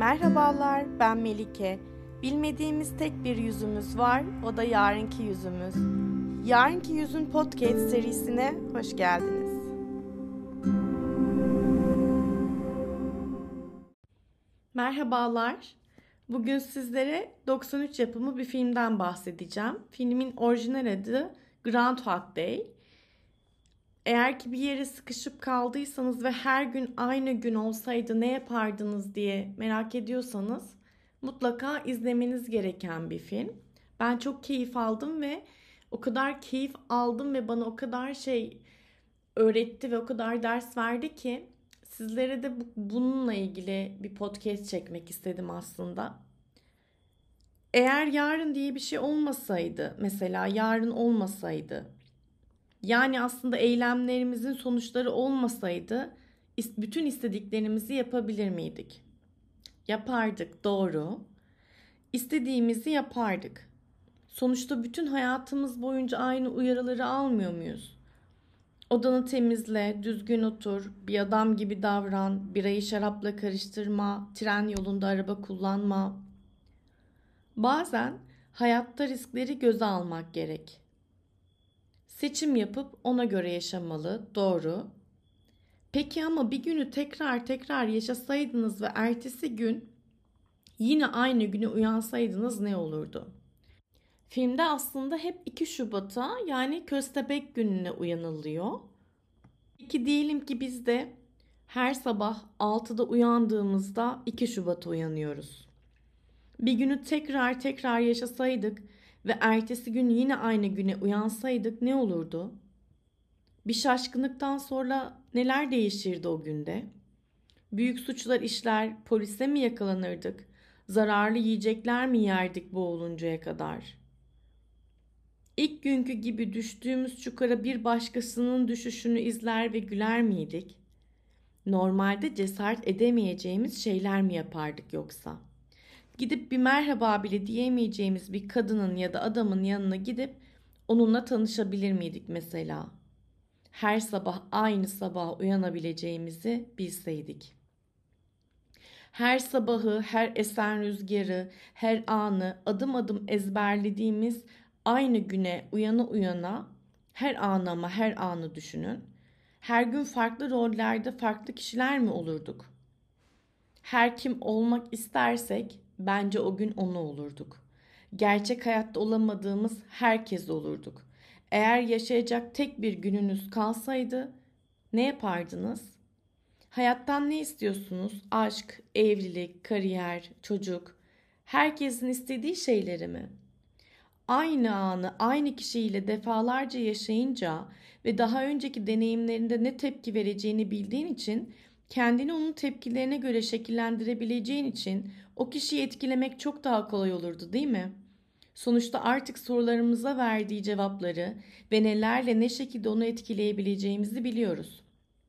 Merhabalar, ben Melike. Bilmediğimiz tek bir yüzümüz var, o da yarınki yüzümüz. Yarınki Yüzün Podcast serisine hoş geldiniz. Merhabalar. Bugün sizlere 93 yapımı bir filmden bahsedeceğim. Filmin orijinal adı Groundhog Day. Eğer ki bir yere sıkışıp kaldıysanız ve her gün aynı gün olsaydı ne yapardınız diye merak ediyorsanız mutlaka izlemeniz gereken bir film. Ben çok keyif aldım ve o kadar keyif aldım ve bana o kadar şey öğretti ve o kadar ders verdi ki sizlere de bununla ilgili bir podcast çekmek istedim aslında. Eğer yarın diye bir şey olmasaydı, mesela yarın olmasaydı, yani aslında eylemlerimizin sonuçları olmasaydı bütün istediklerimizi yapabilir miydik? Yapardık, doğru. İstediğimizi yapardık. Sonuçta bütün hayatımız boyunca aynı uyarıları almıyor muyuz? Odanı temizle, düzgün otur, bir adam gibi davran, birayı şarapla karıştırma, tren yolunda araba kullanma. Bazen hayatta riskleri göze almak gerek. Seçim yapıp ona göre yaşamalı, doğru. Peki ama bir günü tekrar yaşasaydınız ve ertesi gün yine aynı güne uyansaydınız ne olurdu? Filmde aslında hep 2 Şubat'a yani Köstebek gününe uyanılıyor. Peki diyelim ki biz de her sabah 6'da uyandığımızda 2 Şubat'a uyanıyoruz. Bir günü tekrar yaşasaydık ve ertesi gün yine aynı güne uyansaydık ne olurdu? Bir şaşkınlıktan sonra neler değişirdi o günde? Büyük suçlar işler, polise mi yakalanırdık? Zararlı yiyecekler mi yerdik boğuluncaya kadar? İlk günkü gibi düştüğümüz çukura bir başkasının düşüşünü izler ve güler miydik? Normalde cesaret edemeyeceğimiz şeyler mi yapardık yoksa? Gidip bir merhaba bile diyemeyeceğimiz bir kadının ya da adamın yanına gidip onunla tanışabilir miydik mesela? Her sabah aynı sabaha uyanabileceğimizi bilseydik. Her sabahı, her esen rüzgarı, her anı adım adım ezberlediğimiz aynı güne uyana her anı ama her anı düşünün. Her gün farklı rollerde farklı kişiler mi olurduk? Her kim olmak istersek bence o gün onu olurduk. Gerçek hayatta olamadığımız herkes olurduk. Eğer yaşayacak tek bir gününüz kalsaydı ne yapardınız? Hayattan ne istiyorsunuz? Aşk, evlilik, kariyer, çocuk. Herkesin istediği şeyleri mi? Aynı anı aynı kişiyle defalarca yaşayınca ve daha önceki deneyimlerinde ne tepki vereceğini bildiğin için kendini onun tepkilerine göre şekillendirebileceğin için o kişiyi etkilemek çok daha kolay olurdu, değil mi? Sonuçta artık sorularımıza verdiği cevapları ve nelerle ne şekilde onu etkileyebileceğimizi biliyoruz.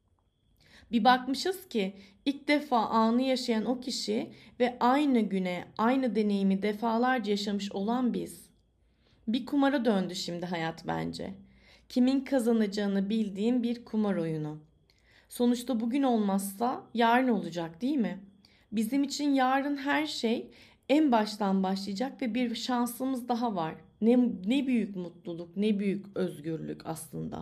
Bir bakmışız ki ilk defa anı yaşayan o kişi ve aynı güne, aynı deneyimi defalarca yaşamış olan biz. Bir kumara döndü şimdi hayat bence. Kimin kazanacağını bildiğim bir kumar oyunu. Sonuçta bugün olmazsa yarın olacak, değil mi? Bizim için yarın her şey en baştan başlayacak ve bir şansımız daha var. Ne büyük mutluluk, ne büyük özgürlük aslında.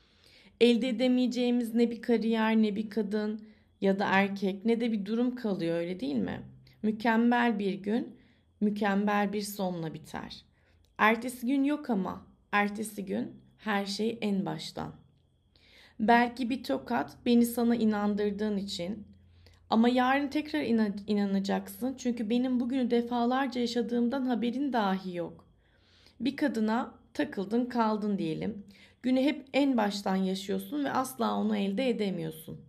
Elde edemeyeceğimiz ne bir kariyer, ne bir kadın ya da erkek, ne de bir durum kalıyor, öyle değil mi? Mükemmel bir gün, mükemmel bir sonla biter. Ertesi gün yok ama ertesi gün her şey en baştan. Belki bir tokat beni sana inandırdığın için, ama yarın tekrar inanacaksın çünkü benim bugünü defalarca yaşadığımdan haberin dahi yok. Bir kadına takıldın kaldın diyelim. Günü hep en baştan yaşıyorsun ve asla onu elde edemiyorsun.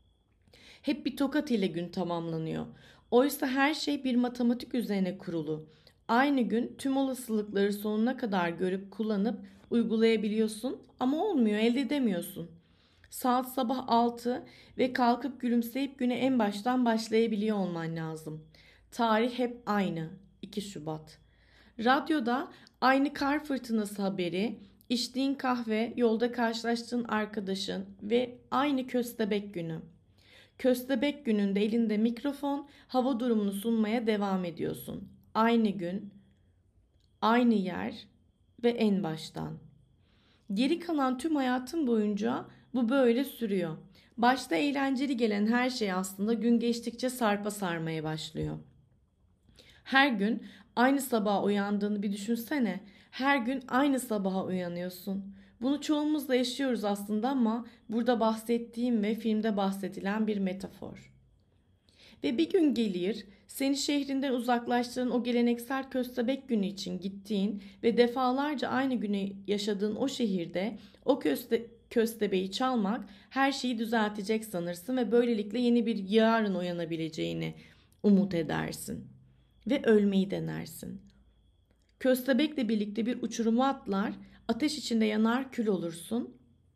Hep bir tokat ile gün tamamlanıyor. Oysa her şey bir matematik üzerine kurulu. Aynı gün tüm olasılıkları sonuna kadar görüp kullanıp uygulayabiliyorsun ama olmuyor, elde edemiyorsun. Saat sabah 6 ve kalkıp gülümseyip güne en baştan başlayabiliyor olman lazım. Tarih hep aynı, 2 Şubat. Radyoda aynı kar fırtınası haberi, içtiğin kahve, yolda karşılaştığın arkadaşın ve aynı köstebek günü. Köstebek gününde elinde mikrofon, hava durumunu sunmaya devam ediyorsun. Aynı gün, aynı yer ve en baştan. Geri kalan tüm hayatın boyunca bu böyle sürüyor. Başta eğlenceli gelen her şey aslında gün geçtikçe sarpa sarmaya başlıyor. Her gün aynı sabaha uyandığını bir düşünsene. Her gün aynı sabaha uyanıyorsun. Bunu çoğumuzla yaşıyoruz aslında ama burada bahsettiğim ve filmde bahsedilen bir metafor. Ve bir gün gelir, seni şehrinden uzaklaştıran o geleneksel köstebek günü için gittiğin ve defalarca aynı günü yaşadığın o şehirde o köstebeği çalmak her şeyi düzeltecek sanırsın ve böylelikle yeni bir yarın uyanabileceğini umut edersin ve ölmeyi denersin. Köstebekle birlikte bir uçuruma atlar, ateş içinde yanar kül olursun.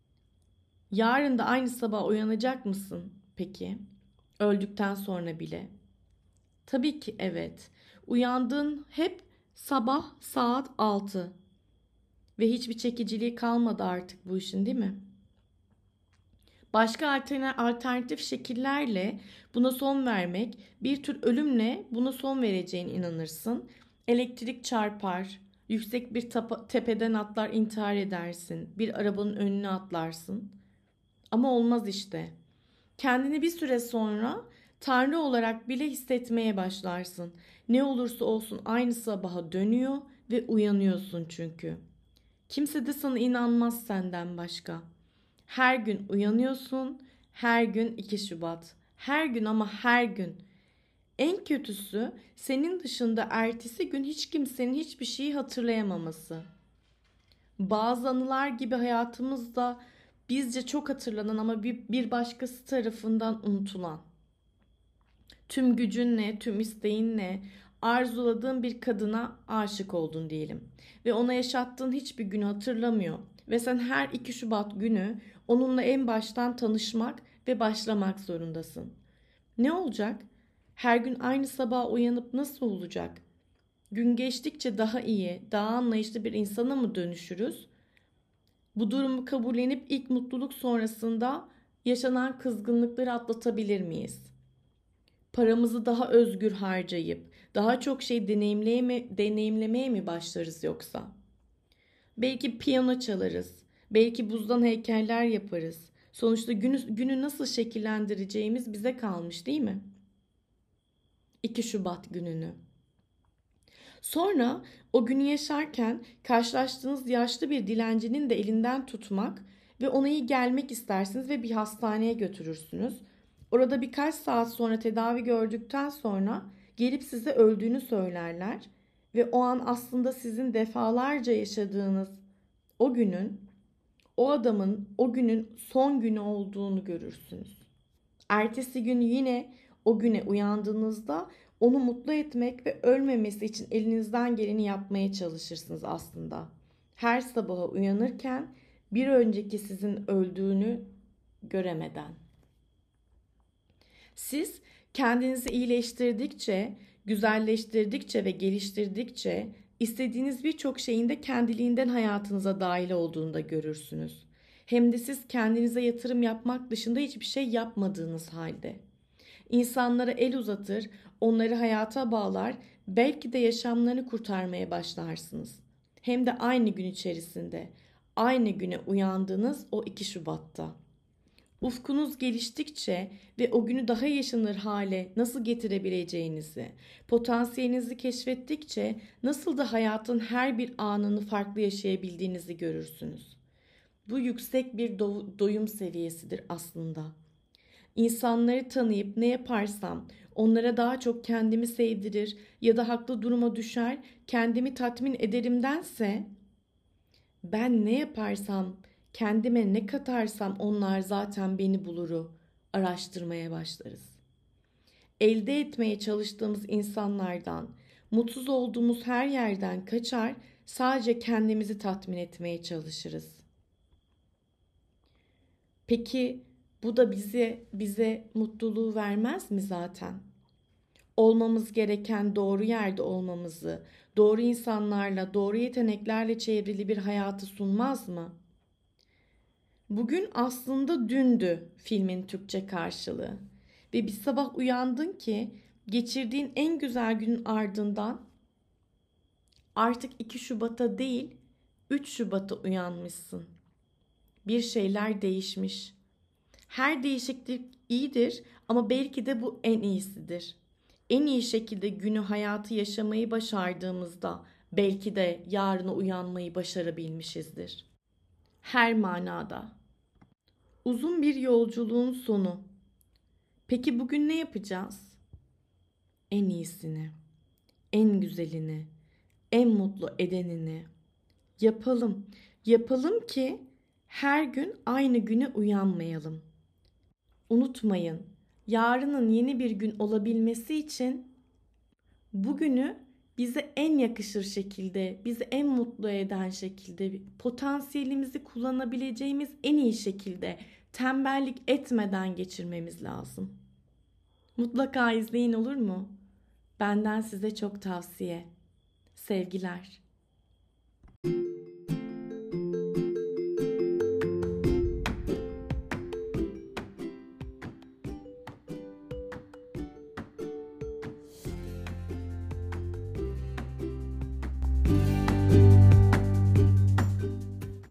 Yarın da aynı sabah uyanacak mısın peki? Öldükten sonra bile. Tabii ki evet. Uyandığın hep sabah saat 6. Ve hiçbir çekiciliği kalmadı artık bu işin, değil mi? Başka alternatif şekillerle buna son vermek, bir tür ölümle buna son vereceğine inanırsın. Elektrik çarpar, yüksek bir tepeden atlar intihar edersin, bir arabanın önüne atlarsın. Ama olmaz işte. Kendini bir süre sonra Tanrı olarak bile hissetmeye başlarsın. Ne olursa olsun aynı sabaha dönüyor ve uyanıyorsun çünkü. Kimse de sana inanmaz senden başka. Her gün uyanıyorsun, her gün 2 Şubat. Her gün ama her gün. En kötüsü senin dışında ertesi gün hiç kimsenin hiçbir şeyi hatırlayamaması. Bazı anılar gibi hayatımızda bizce çok hatırlanan ama bir başkası tarafından unutulan. Tüm gücünle, tüm isteğinle arzuladığın bir kadına aşık oldun diyelim. Ve ona yaşattığın hiçbir günü hatırlamıyor. Ve sen her 2 Şubat günü onunla en baştan tanışmak ve başlamak zorundasın. Ne olacak? Her gün aynı sabah uyanıp nasıl olacak? Gün geçtikçe daha iyi, daha anlayışlı bir insana mı dönüşürüz? Bu durumu kabullenip ilk mutluluk sonrasında yaşanan kızgınlıkları atlatabilir miyiz? Paramızı daha özgür harcayıp daha çok şey deneyimlemeye mi başlarız yoksa? Belki piyano çalarız, belki buzdan heykeller yaparız. Sonuçta günü nasıl şekillendireceğimiz bize kalmış, değil mi? 2 Şubat gününü. Sonra o günü yaşarken karşılaştığınız yaşlı bir dilencinin de elinden tutmak ve ona iyi gelmek istersiniz ve bir hastaneye götürürsünüz. Orada birkaç saat sonra tedavi gördükten sonra gelip size öldüğünü söylerler ve o an aslında sizin defalarca yaşadığınız o günün, o adamın o günün son günü olduğunu görürsünüz. Ertesi gün yine o güne uyandığınızda onu mutlu etmek ve ölmemesi için elinizden geleni yapmaya çalışırsınız aslında. Her sabaha uyanırken bir önceki sizin öldüğünü göremeden. Siz kendinizi iyileştirdikçe, güzelleştirdikçe ve geliştirdikçe istediğiniz birçok şeyin de kendiliğinden hayatınıza dahil olduğunu da görürsünüz. Hem de siz kendinize yatırım yapmak dışında hiçbir şey yapmadığınız halde. İnsanlara el uzatır, onları hayata bağlar, belki de yaşamlarını kurtarmaya başlarsınız. Hem de aynı gün içerisinde, aynı güne uyandığınız o 2 Şubat'ta. Ufkunuz geliştikçe ve o günü daha yaşanır hale nasıl getirebileceğinizi, potansiyelinizi keşfettikçe nasıl da hayatın her bir anını farklı yaşayabildiğinizi görürsünüz. Bu yüksek bir doyum seviyesidir aslında. İnsanları tanıyıp ne yaparsam onlara daha çok kendimi sevdirir ya da haklı duruma düşer, kendimi tatmin ederimdense ben ne yaparsam, kendime ne katarsam onlar zaten beni buluru araştırmaya başlarız. Elde etmeye çalıştığımız insanlardan, mutsuz olduğumuz her yerden kaçar, sadece kendimizi tatmin etmeye çalışırız. Peki bu da bize mutluluğu vermez mi zaten? Olmamız gereken doğru yerde olmamızı, doğru insanlarla, doğru yeteneklerle çevrili bir hayatı sunmaz mı? Bugün aslında dündü filmin Türkçe karşılığı. Ve bir sabah uyandın ki geçirdiğin en güzel günün ardından artık 2 Şubat'a değil 3 Şubat'a uyanmışsın. Bir şeyler değişmiş. Her değişiklik iyidir ama belki de bu en iyisidir. En iyi şekilde günü, hayatı yaşamayı başardığımızda belki de yarına uyanmayı başarabilmişizdir. Her manada. Uzun bir yolculuğun sonu. Peki bugün ne yapacağız? En iyisini, en güzelini, en mutlu edenini yapalım. Yapalım ki her gün aynı güne uyanmayalım. Unutmayın, yarının yeni bir gün olabilmesi için bugünü bize en yakışır şekilde, bizi en mutlu eden şekilde, potansiyelimizi kullanabileceğimiz en iyi şekilde tembellik etmeden geçirmemiz lazım. Mutlaka izleyin, olur mu? Benden size çok tavsiye. Sevgiler.